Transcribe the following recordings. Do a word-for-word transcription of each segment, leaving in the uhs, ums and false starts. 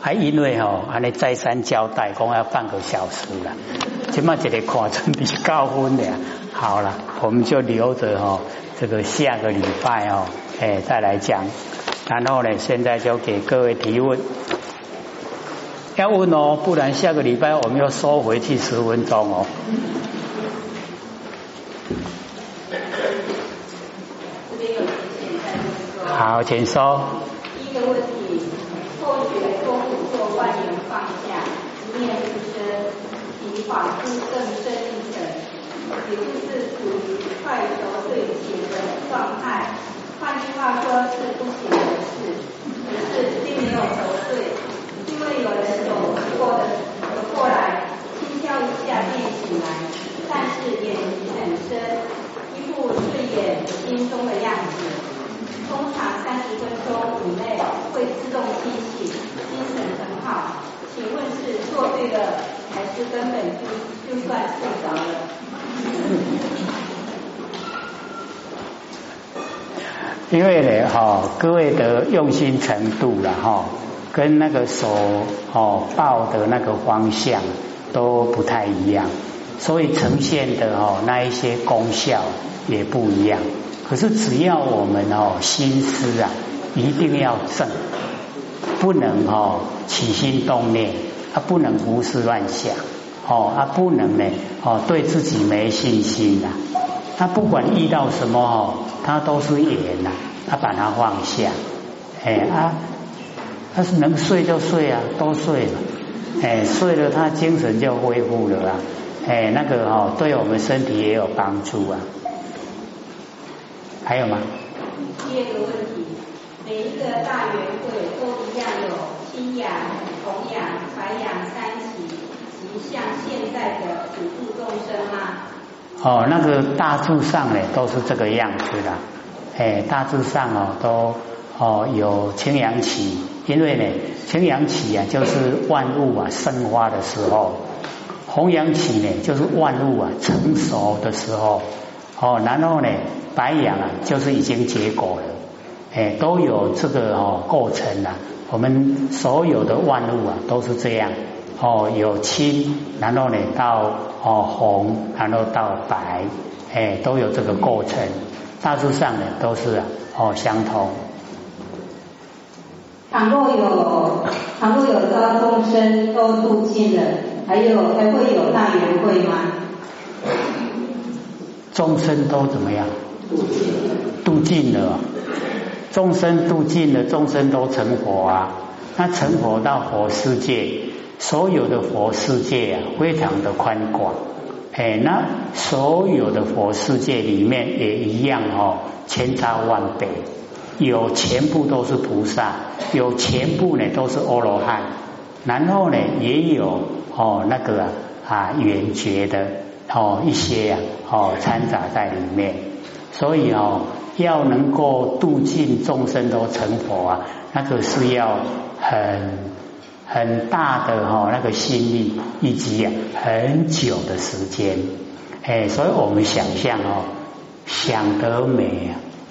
还因为吼，安尼再三交代，讲要半个小时了，起码这个看成比高分的，好了，我们就留着吼，这个下个礼拜哦，哎再来讲。然后呢，现在就给各位提问，要问哦，不然下个礼拜我们要收回去十分钟哦。好，请说。 第一个问题，后学多辅作万言放下，一念不生，即恍惚更深一层，也就是处于快熟睡前的状态。换句话说是不醒的事，可是并没有熟睡，因为有人走过的走过来，轻敲一下便醒来，但是眼皮很深，一副睡眼惺忪的样子。通常三十分钟以内会自动清醒，精神很好。请问是做对了，还是根本就就算睡着了？ 因为呢，哈、哦，各位的用心程度了哈、哦，跟那个手哦抱的那个方向都不太一样，所以呈现的哦那一些功效也不一样。可是只要我们哦心思啊一定要正，不能哦起心动念，啊不能胡思乱想，哦啊不能呢哦对自己没信心呐、啊。他不管遇到什么哦，他都是缘呐，他把它放下，哎啊，他是能睡就睡啊，都睡了，哎睡了他精神就恢复了啊，哎那个哦对我们身体也有帮助啊。还有吗？ 第二个问题，每一个大圆会都一样有清阳、红阳、白阳三奇，及像现在的普度众生吗？ 哦，那个大致上呢都是这个样子的，哎，大致上哦都哦有清阳期，因为呢清阳期啊就是万物啊生发的时候，红阳期呢就是万物啊成熟的时候，哦，然后呢白阳啊就是已经结果了，哎，都有这个哦构成啊，我们所有的万物啊都是这样。哦，有青，然后呢到哦红，然后到白，哎，都有这个过程。大致上呢都是哦相同。 倘若有倘若有的众生都度尽了，还有还会有大圆会吗？ 众生都怎么样？度尽了，众生度尽了，众生都成佛啊。那成佛到佛世界。所有的佛世界啊，非常的宽广，哎，那所有的佛世界里面也一样哦，千差万别，有全部都是菩萨，有全部呢都是阿罗汉，然后呢也有哦那个啊圆觉的哦一些啊哦掺杂在里面，所以哦要能够度尽众生都成佛啊，那个是要很。很大的哈、哦、那个心力以及啊很久的时间，哎，所以我们想象哦，想得美啊。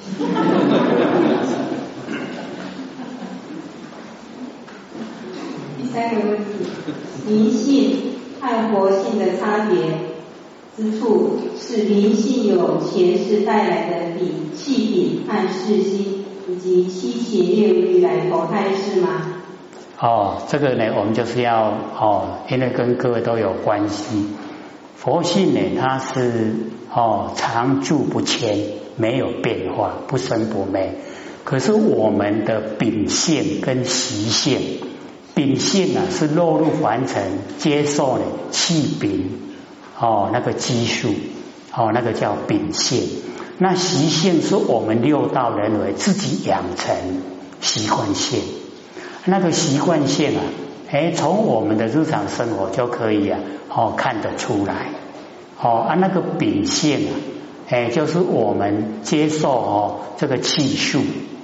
第三个问题，灵性和活性的差别之处是灵性有前世带来的底气禀和世心，以及七情六欲来投胎是吗？ 哦，这个呢，我们就是要哦，因为跟各位都有关系。佛性呢，它是哦常住不迁，没有变化，不生不灭。可是我们的秉性跟习性，秉性啊是落入凡尘，接受呢气禀哦那个基数哦那个叫秉性。那习性是我们六道人为自己养成习惯性。那个习惯性啊，哎，从我们的日常生活就可以啊，哦，看得出来，哦啊，那个秉性啊，哎，就是我们接受哦这个气数，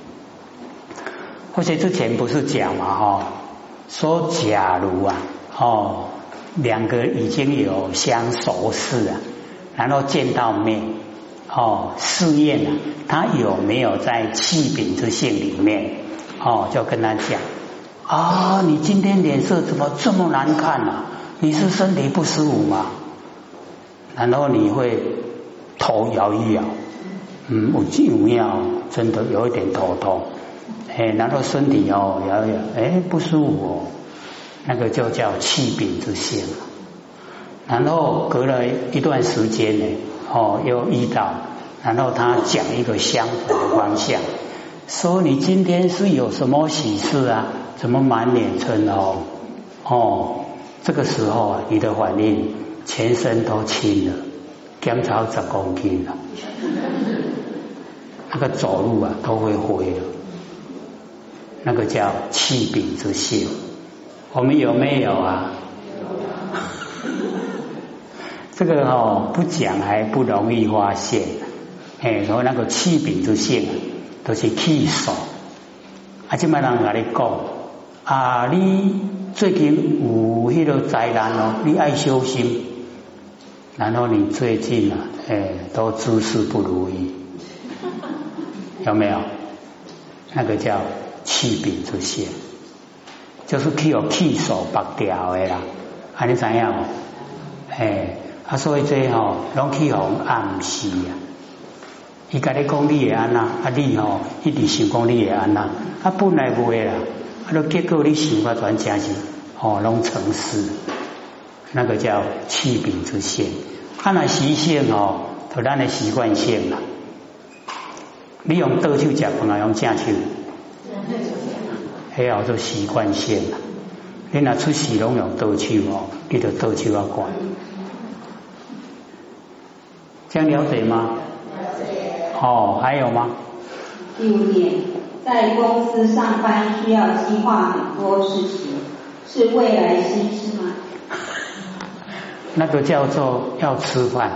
或者之前不是讲嘛，哈、哦，说假如啊，哦，两个已经有相熟识啊，然后见到面，哦，试验啊，他有没有在气秉之性里面，哦，就跟他讲。 啊，你今天脸色怎么这么难看啊？你是身体不舒服吗？然后你会头摇一摇，嗯，我有要真的有一点头痛，哎，然后身体哦摇一摇，哎，不舒服哦，那个就叫气禀之现。然后隔了一段时间呢，哦，又遇到，然后他讲一个相反的方向，说你今天是有什么喜事啊？怎么满脸春红？哦，这个时候啊，你的反应全身都轻了，减超十公斤了，那个走路啊都会挥了，那个叫气禀之现。我们有没有啊？这个哦不讲还不容易发现，哎，所以那个气禀之现都是气数。啊，这摆人跟你讲啊，你最近有迄个灾难哦，你爱小心。然后你最近啊，哎，都诸事不如意，有没有？那个叫气禀之现，就是去有气数拔掉的啦。啊，你知影无？哎。啊，所以这吼，拢去互暗示啊。伊甲你讲你会安那，啊你吼一直想讲你会安那，啊本来不会啦，啊都结果你想法全正是，吼拢成事，那个叫气禀之现。啊那习性吼，就咱的习惯性啦。你用倒手食饭啊，用正手，迄叫做习惯性啦。你若出事拢用倒手哦，你就倒手啊管。这样了解吗？了解。哦，还有吗？ 第五点，在公司上班需要计划很多事情，是未来心是吗？ 那个叫做要吃饭。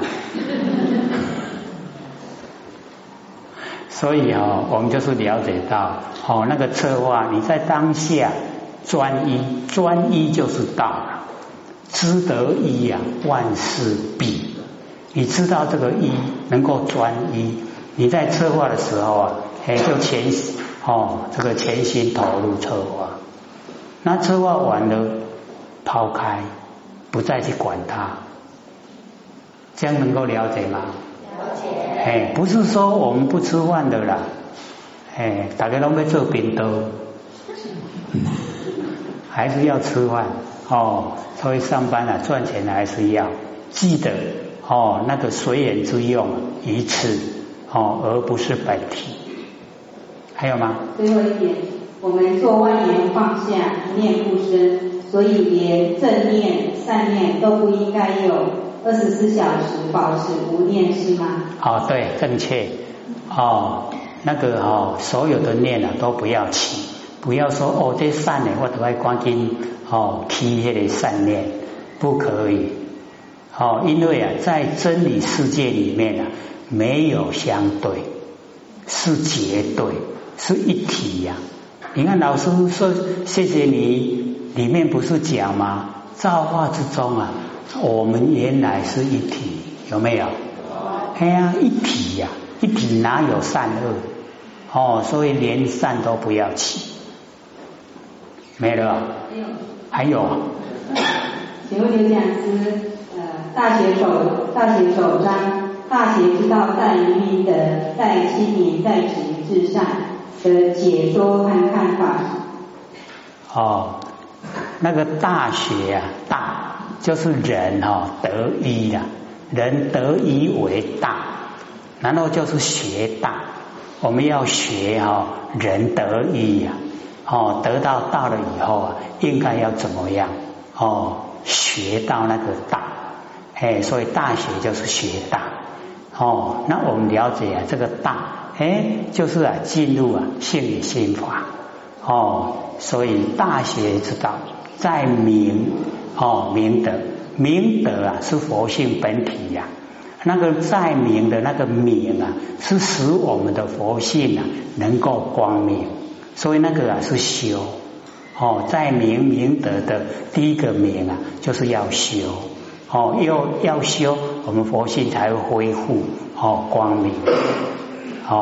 所以哦，我们就是了解到，哦，那个策划你在当下专一，专一就是道了。知得一呀、啊，万事毕。你知道这个一能够专一，你在策划的时候啊，哎，就全哦这个全心投入策划。那策划完了，抛开，不再去管它，这样能够了解吗？了解。哎，不是说我们不吃饭的啦，哎，大家都要做便当，还是要吃饭哦。所以上班啊，赚钱还是要记得。哦，那个随缘之用一次哦，而不是本体。还有吗？ 最后一点，我们做万言放下，一念不生，所以连正念、善念都不应该有二十四小时保持无念，是吗？哦， 对，正确。哦，那个哦，所有的念啊都不要起，不要说哦，这善呢，我都要赶紧哦起那个善念，不可以。哦，因为啊，在真理世界里面啊，没有相对，是绝对，是一体呀、啊。你看老师说谢谢你，里面不是讲吗？造化之中啊，我们原来是一体，有没有？哎呀，一体呀、啊，一体哪有善恶？哦，所以连善都不要起。没了？还有？还有？ 请问刘讲师。大写首大写首章，大写之道在于明德，在亲民，在止于至善的解说和看法。 哦，那个大学啊，大就是人哦得一啦，人得一为大，然后就是学大，我们要学哦人得一呀、啊，哦得到大了以后啊，应该要怎么样？哦，学到那个大。哎，所以大学就是学大哦。那我们了解啊，这个大，哎，就是啊，进入啊性理心法哦。所以大学之道在明哦，明德，明德啊是佛性本体呀、啊。那个在明的那个明啊，是使我们的佛性啊能够光明。所以那个啊是修哦，在明明德的第一个明啊，就是要修。哦，要要修，我们佛性才会恢复哦光明。哦，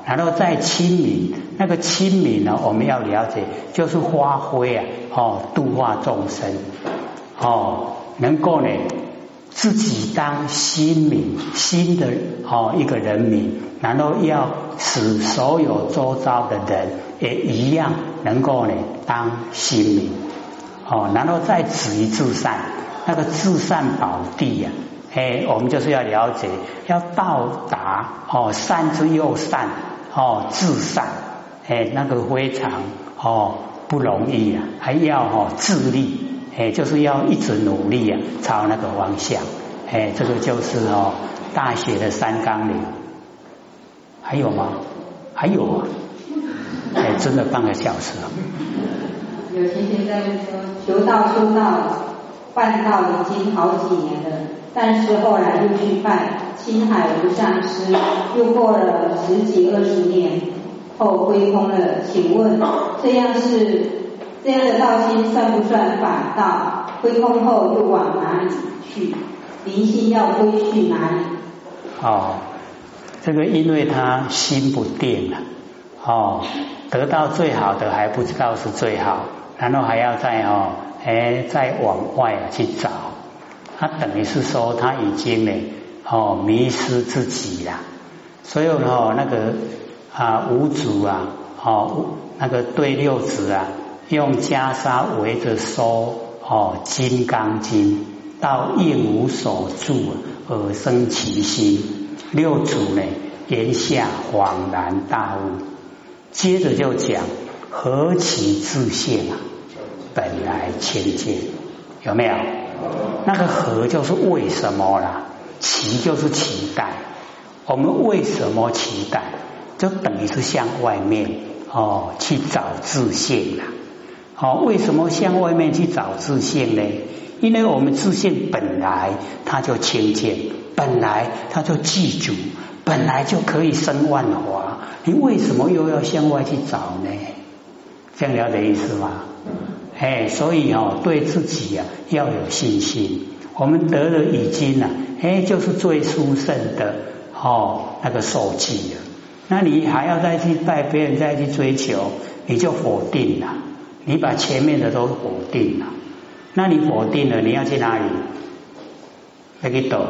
然后再亲民，那个亲民呢，我们要了解，就是发挥啊，哦，度化众生，哦，能够呢自己当新民，新的哦一个人民，然后要使所有周遭的人也一样能够呢当新民，哦，然后再止于至善，那个至善宝地呀、啊。哎，我们就是要了解，要到达哦，善之又善哦，至善，哎，那个非常哦不容易啊，还要哦自力，哎，就是要一直努力啊，朝那个方向，哎，这个就是哦大学的三纲领，还有吗？还有啊，哎，真的半个小时了。 有同学在问说，求道修道办道已经好几年了。但是后来又去拜青海无上师，又过了十几二十年后归空了。请问这样是这样的道心算不算反道？归空后又往哪里去？灵性要归去哪里？ 哦，这个因为他心不定了，哦，得到最好的还不知道是最好，然后还要再哦，哎，再往外去找。他等于是说他已经呢哦迷失自己了，所以呢那个啊五祖啊哦那个对六祖啊用袈裟围着收哦金刚经，到应无所住而生其心。六祖呢言下恍然大悟，接着就讲何其自性啊，本来清净，有没有？那个何就是为什么啦，期就是期待。我们为什么期待？就等于是向外面哦去找自性啦。哦，为什么向外面去找自性呢？因为我们自性本来它就清净，本来它就具足，本来就可以生万华。你为什么又要向外去找呢？这样了解意思吗？哎，所以哦，对自己啊要有信心。我们得了已经啊，哎，就是最殊胜的哦那个受记了。那你还要再去拜别人，再去追求，你就否定了，你把前面的都否定了。那你否定了，你要去哪里？要去走？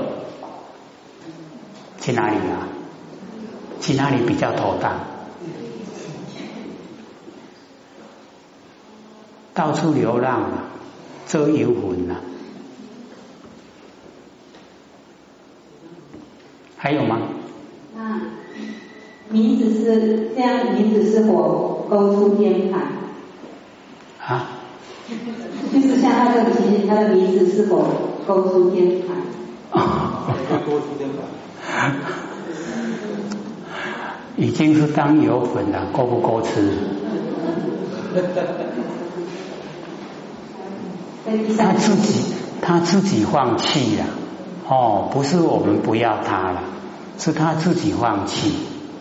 去哪里啊？去哪里比较妥当？到处流浪了，做游魂了，还有吗？ 那名字是这样，名字是否勾出天盘？ 啊？ 就是像他这个，其实他的名字是否勾出天盘？ 勾出天盘。 已经是当游魂了，够不够吃？他自己他自己放弃了，哦，不是我们不要他了，是他自己放弃。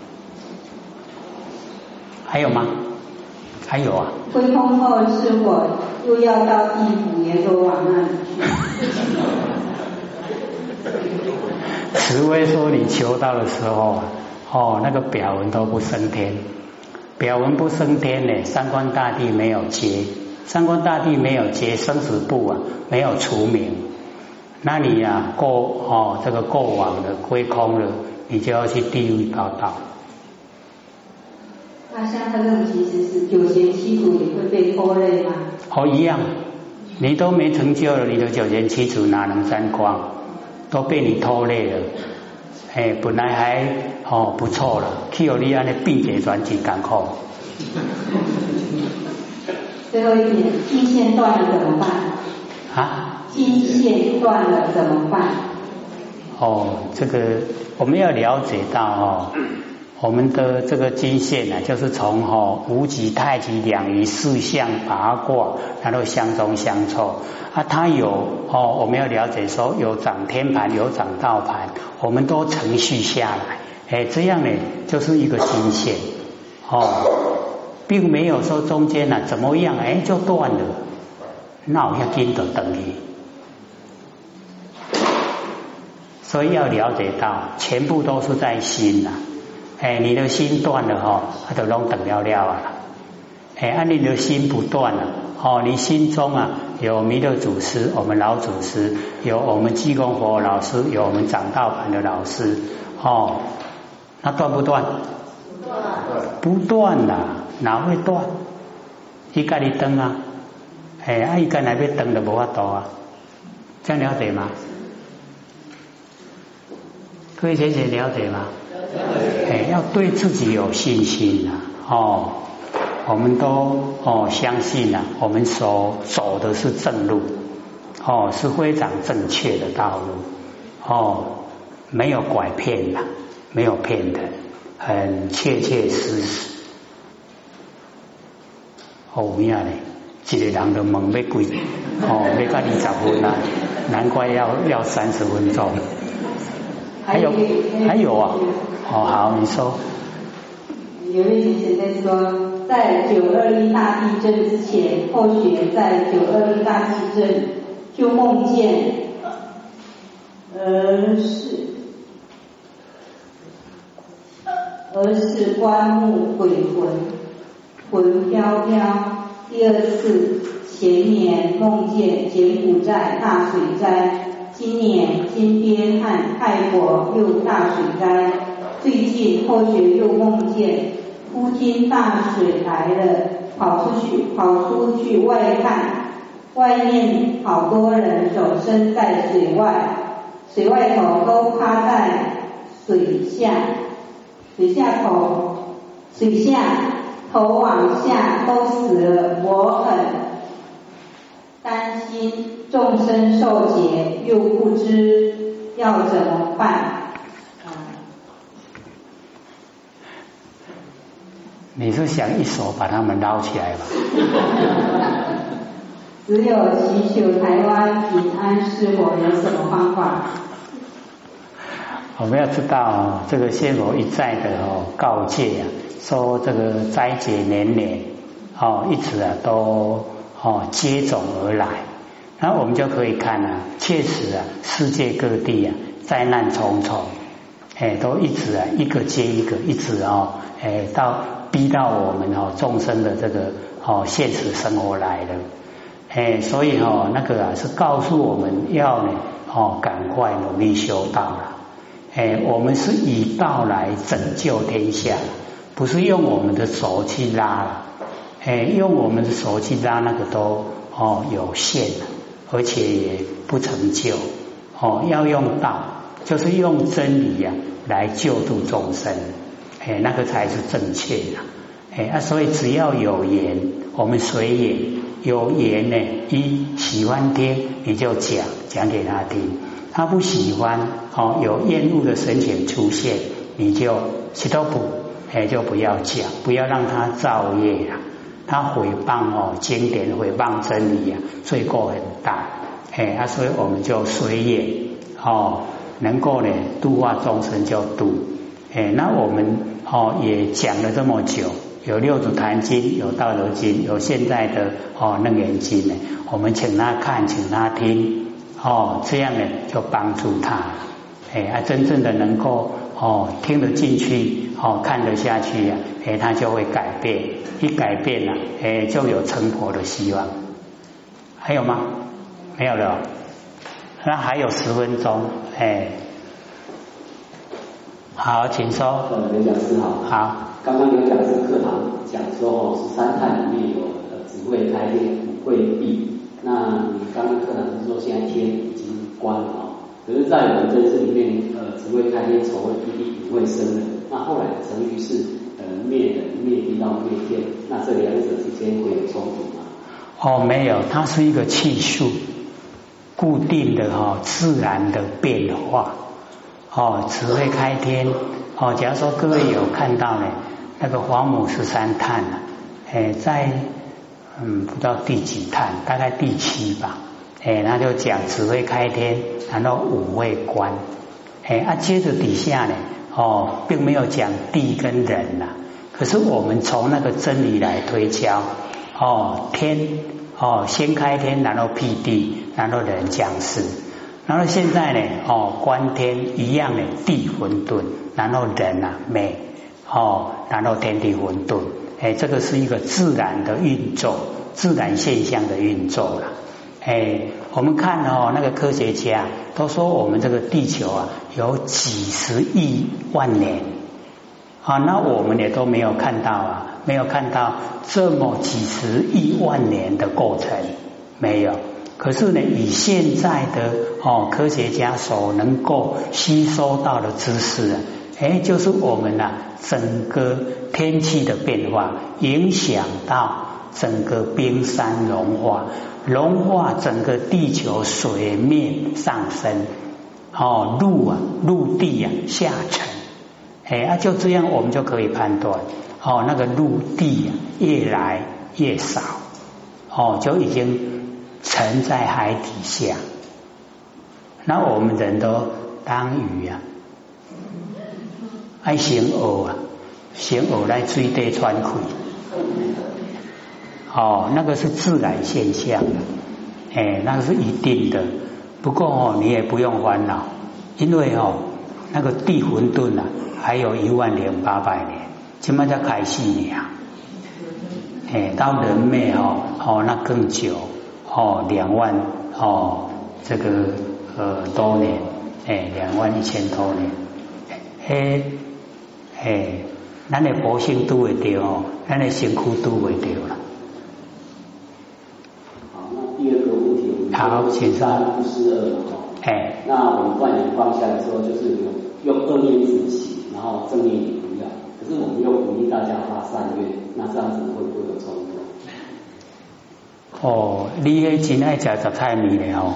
还有吗？还有啊。 归空后是否又要到地府阎罗王那里去？ 慈威说你求到的时候啊，哦，那个表文都不升天，表文不升天呢，三官大帝没有接。三官大帝没有接，生死簿啊没有除名，那你啊过哦这个过往了归空了，你就要去地狱报道。 那像他这种其实是九贤七祖也会被拖累吗？ 哦，一样，你都没成就了，你的九贤七祖哪能沾光？都被你拖累了。哎，本来还哦不错了，去有你安的并且转几赶快。 最后一点，经线断了怎么办？ 啊？ 经线断了怎么办？ 哦，这个我们要了解到哦，我们的这个经线呢、啊，就是从哦无极、太极两仪、四象、八卦，然后相中相凑啊，它有哦，我们要了解说有长天盘，有长道盘，我们都承续下来，哎，这样呢就是一个经线哦。并没有说中间呢、啊、怎么样，哎就断了，那我要跟着等于，所以要了解到全部都是在心呐、啊， 哎，你的心断了哈，它就拢等了了啊。哎，按、啊、你的心不断了，哦，你心中啊有弥勒祖师，我们老祖师，有我们济公佛老师，有我们掌道盘的老师，哦，那断不断？不断，不断啦，哪会断？伊家己断啊，哎，啊，伊家那边断就无法度啊，这样了解吗？各位先生了解吗？哎，要对自己有信心啊，哦。我们都哦相信啊，我们所走的是正路，哦是非常正确的道路，哦没有拐骗的，没有骗的，很切切实实。哦有影咧，一个人就问要几，哦要到二十分啊，难怪要要三十分钟。还有还有啊，哦好，你说。 有位先生在说，在九二一大地震之前，后学在九二一大地震就梦见，而是而是棺木鬼魂魂飘飘。第二次前年梦见柬埔寨大水灾，今年金边和泰国又大水灾，最近后学又梦见忽听大水来了，跑出去跑出去外看，外面好多人手伸在水外，水外头都趴在水下，水下头水下头往下都死了，我很担心众生受劫，又不知要怎么办。 你是想一手把他们捞起来吧？ 只有祈求台湾平安，是否有什么方法？ 我们要知道，这个仙佛一再的哦告诫啊，说这个灾劫连连，哦一直啊都哦接踵而来，然后我们就可以看啊，确实啊，世界各地啊灾难重重，哎都一直啊一个接一个，一直哦哎到。逼到我们哦众生的这个哦现实生活来了，哎，所以哦那个啊是告诉我们要呢哦赶快努力修道了，哎，我们是以道来拯救天下，不是用我们的手去拉了，哎，用我们的手去拉那个都哦有限了，而且也不成就，哦要用道，就是用真理呀、啊、来救度众生。哎，那个才是正确的。哎啊，所以只要有缘，我们随缘。有缘呢，一喜欢听你就讲讲给他听，他不喜欢哦，有厌恶的神情出现，你就去都不，哎就不要讲，不要让他造业啊。他毁谤哦经典，毁谤真理啊，罪过很大。哎啊，所以我们就随缘哦，能够呢度化众生就度。哎，那我们哦也讲了这么久，有六祖坛经，有道德经，有现在的哦楞严经呢，我们请他看，请他听，哦这样呢就帮助他，哎啊真正的能够哦听得进去，哦看得下去呀、啊，哎他就会改变，一改变了、啊，哎就有成佛的希望。还有吗？没有了，那还有十分钟，哎。好，请说。 呃，刘讲师好。 好。 刚刚刘讲师课堂讲说哦，十三太里面有呃智慧开天，五慧闭。那你刚刚课堂是说现在天已经关了哦，可是，在我们真实里面，呃，智慧开天，丑慧闭地，五慧生人。那后来的成语是呃灭人灭地到灭天，那这两者之间会有冲突吗？ 哦，没有，它是一个气数，固定的哈、哦，自然的变化。哦，智慧开天哦，假如说各位有看到呢，那个黄母十三叹啊，哎，在嗯不知道第几叹，大概第七吧，哎，那就讲智慧开天，然后五位观，哎啊，接着底下呢，哦，并没有讲地跟人呐、啊，可是我们从那个真理来推敲，哦，天哦先开天，然后辟地，然后人降世。然后现在呢，哦，观天一样的地混沌，然后人啊美哦，然后天地混沌，哎，这个是一个自然的运作，自然现象的运作啦。哎，我们看哦，那个科学家都说我们这个地球啊有几十亿万年啊，那我们也都没有看到啊，没有看到这么几十亿万年的过程，没有。可是呢，以现在的哦科学家所能够吸收到的知识啊，哎，就是我们啊整个天气的变化影响到整个冰山融化，融化整个地球水面上升，哦，陆啊陆地啊下沉，哎，啊就这样我们就可以判断，哦，那个陆地啊越来越少，哦，就已经沉在海底下。那我们人都当鱼啊，爱生蚵啊，生蚵来水底穿开。哦，那个是自然现象，哎，那个是一定的。不过哦，你也不用烦恼，因为哦，那个地混沌啊，还有一万零八百年，现在才开始呢。哎，到人类哦，哦，那更久。哦，两万哦，这个呃多年，哎，两万一千多年，哎哎，咱的佛性都会掉哦，咱的身躯都会掉了。 好，那第二个问题，我们好，请三不思恶哦。哎，那我们万年放下的时候，就是用用恶念自己，然后正念也不要。可是我们又鼓励大家发善愿，那这样子会不会有冲突？ 哦，你还真爱吃杂菜米了哦，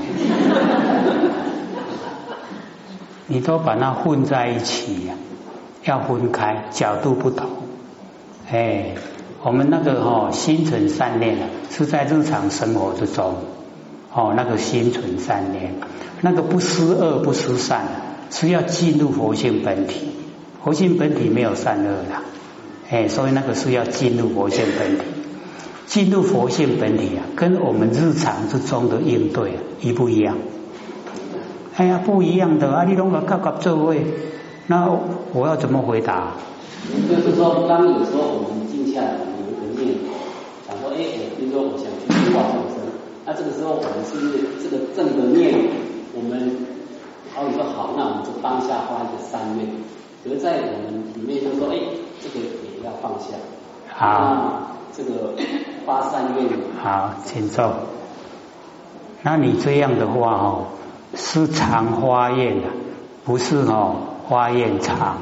你都把它混在一起呀、啊，要分开，角度不同。哎，我们那个哦，心存善念啊，是在日常生活之中，哦，那个心存善念，那个不思恶不思善，是要进入佛性本体。佛性本体没有善恶啦，哎，所以那个是要进入佛性本体。进入佛性本体啊，跟我们日常之中的应对啊，一不一样？哎呀，不一样的啊！你弄个搞搞这位，那我要怎么回答？ 就是说，当有时候我们静下来，我们有一个念头，想说，哎，我比如说我想去度化众生，那这个时候我们是不是这个正的念，我们好比说好，那我们就当下发一个善愿，可是在我们里面就说，哎，这个也要放下。 好。 这个发善愿， 好，请坐。那你这样的话哦，是常发愿的，不是哦发愿常，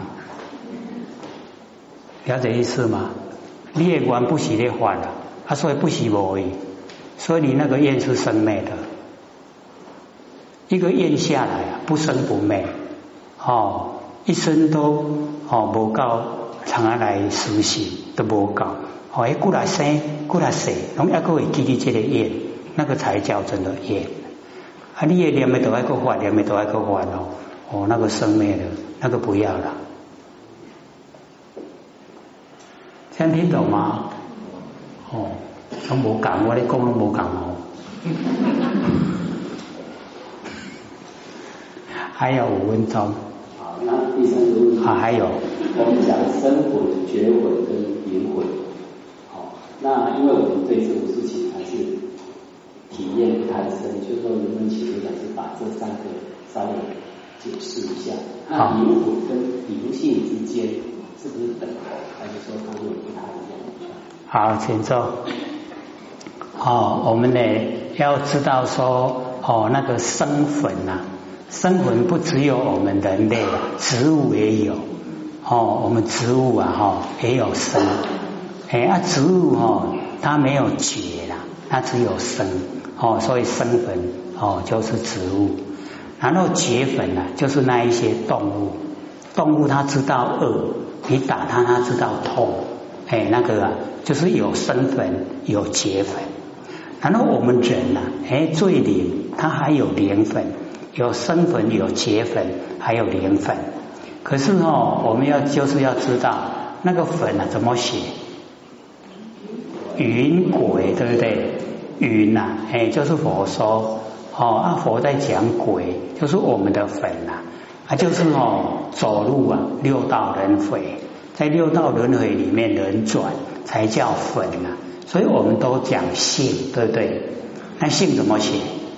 了解意思吗？你的愿不是在发了，啊，所以不是无的，所以你那个愿是生灭的，一个愿下来啊，不生不灭，哦，一生都哦无够，常常来实行都无够。哦，哎，过来生，过来死，拢一个会记记这个愿，那个才叫真的愿。啊，你也念的都爱个发，念的都爱个发哦，哦，那个生灭的，那个不要了。这样听懂吗？哦，拢无讲，我咧讲拢无讲哦。还有五分钟。 好，那第三个问题。 啊，还有。 我们讲生魂、觉魂跟灵魂。那因为我们对这个事情还是体验不太深，就说能不能请刘讲师把这三个稍微解释一下？那灵魂跟灵性之间是不是等同，还是说它们不太一样？ 好，请坐。哦，我们呢要知道说，哦，那个生魂呐、啊，生魂不只有我们人类，植物也有。哦，我们植物啊，哈、哦，也有生。哎啊，植物哦，它没有觉啦，它只有生哦，所以生粉哦就是植物。然后觉粉呢，就是那一些动物，动物它知道饿，你打它它知道痛，哎，那个啊就是有生粉有觉粉。然后我们人呐、啊，哎最灵，它还有灵粉，有生粉有觉粉，还有灵粉。可是哦，我们要就是要知道那个粉啊怎么写。云轨对不对？云呐、啊，哎，就是佛说哦，啊，佛在讲轨，就是我们的粉呐、啊，啊，就是哦，走路啊，六道轮回， 在六道轮回里面轮转才叫粉啊，所以我们都讲性，对不对？那性怎么写？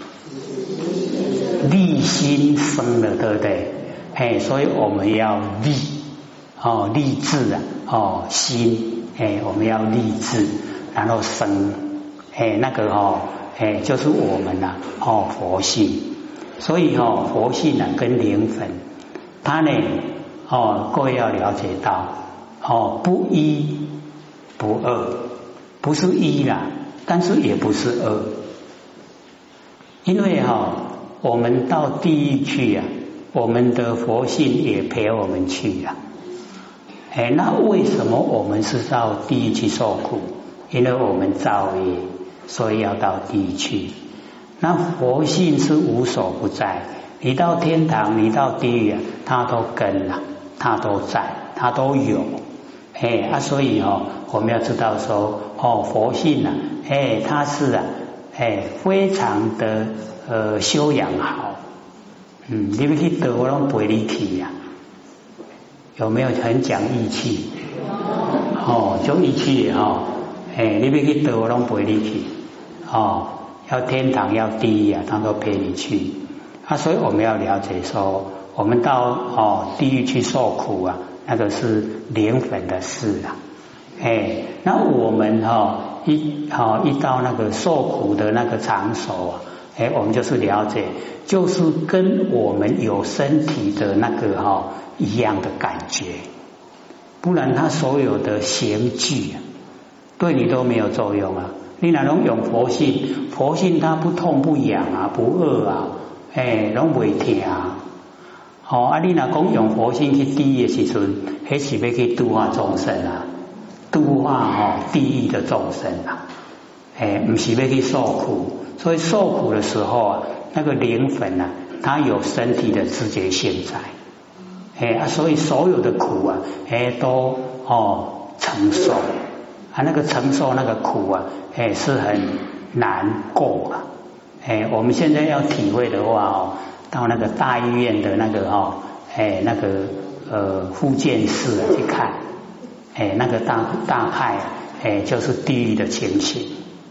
立心生的，对不对？哎，所以我们要立哦，立志啊，哦，心，哎，我们要立志，然后生，哎，那个哦，哎，就是我们呐、啊，哦，佛性。所以哦，佛性啊，跟灵粉，它呢，哦，各位要了解到，哦，不一不二，不是一啦，但是也不是二，因为哈、哦，我们到地狱去呀、啊。我们的佛性也陪我们去呀、啊，哎，那为什么我们是到地狱去受苦？因为我们造业，所以要到地狱去。那佛性是无所不在，你到天堂，你到地狱啊，它都跟了，它都在，它都有。哎啊，所以哦，我们要知道说，哦，佛性啊，哎，它是啊，哎，非常的呃修养好。嗯，你们去得我拢陪你去呀、啊，有没有很讲义气？哦，讲义气哦，哎，你们去得我拢陪你去，哦，要天堂要地狱啊，他都陪你去啊，所以我们要了解说，我们到哦地狱去受苦啊，那个是灵粉的事啊，哎，那我们哈、哦、一好、哦、一到那个受苦的那个场所啊。哎，我们就是了解，就是跟我们有身体的那个哈、哦、一样的感觉，不然他所有的刑具啊，对你都没有作用啊。你哪能用佛性？佛性它不痛不痒啊，不饿啊，哎，拢袂痛啊。哦，啊，你若讲用佛性去地狱的时阵，迄是要去度化众生啊，度化哦地狱的众生啊，哎，不是要去受苦。所以受苦的时候啊，那个灵粉啊，它有身体的知觉性在，哎啊，所以所有的苦啊，哎都哦承受啊，那个承受那个苦啊，哎是很难过啊，哎，我们现在要体会的话哦，到那个大医院的那个哦，哎那个呃复健室啊去看，哎那个大大派哎就是地狱的情形。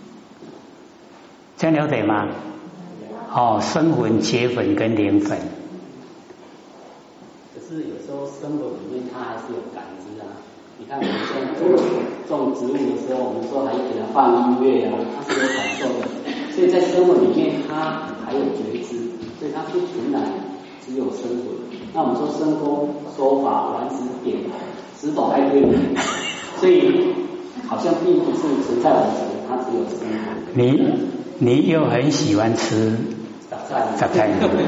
这样了解吗？哦，生魂、结粉跟灵粉。 可是有时候生魂里面它还是有感知啊。你看我们现在种种植物的时候，我们说还给它放音乐啊，它是有感受的。所以在生魂里面，它还有觉知，所以它不纯然只有生魂。那我们说生功说法丸子点十宝爱对你，所以好像并不是存在完成，它只有生魂。 你。你又很喜欢吃杂菜， 杂菜，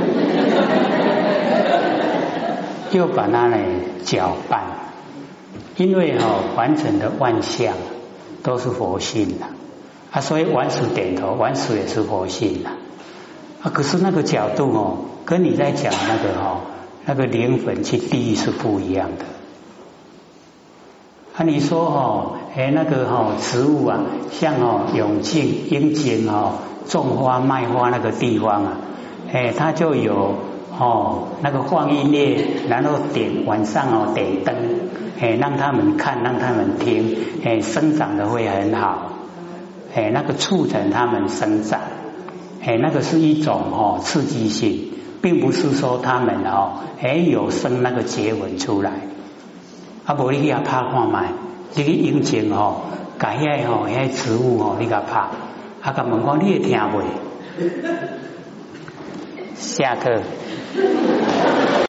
又把它呢搅拌，因为哈、哦、完成的万象都是佛性的啊，所以丸鼠点头，丸鼠也是佛性的啊。可是那个角度哦，跟你在讲那个哈、哦、那个灵粉去地狱是不一样的。啊，你说哦，哎，那个哈、哦、植物啊，像哦永靖、英景哦种花卖花那个地方啊，哎，它就有哦那个放音乐，然后点晚上哦点灯，哎，让他们看，让他们听，哎，生长的会很好，哎，那个促成他们生长，哎，那个是一种哦刺激性，并不是说他们哦哎有生那个结纹出来。啊，无你去遐拍看卖，你去引擎吼，甲遐吼遐植物吼，你甲拍，啊，甲问讲你会听袂？下课。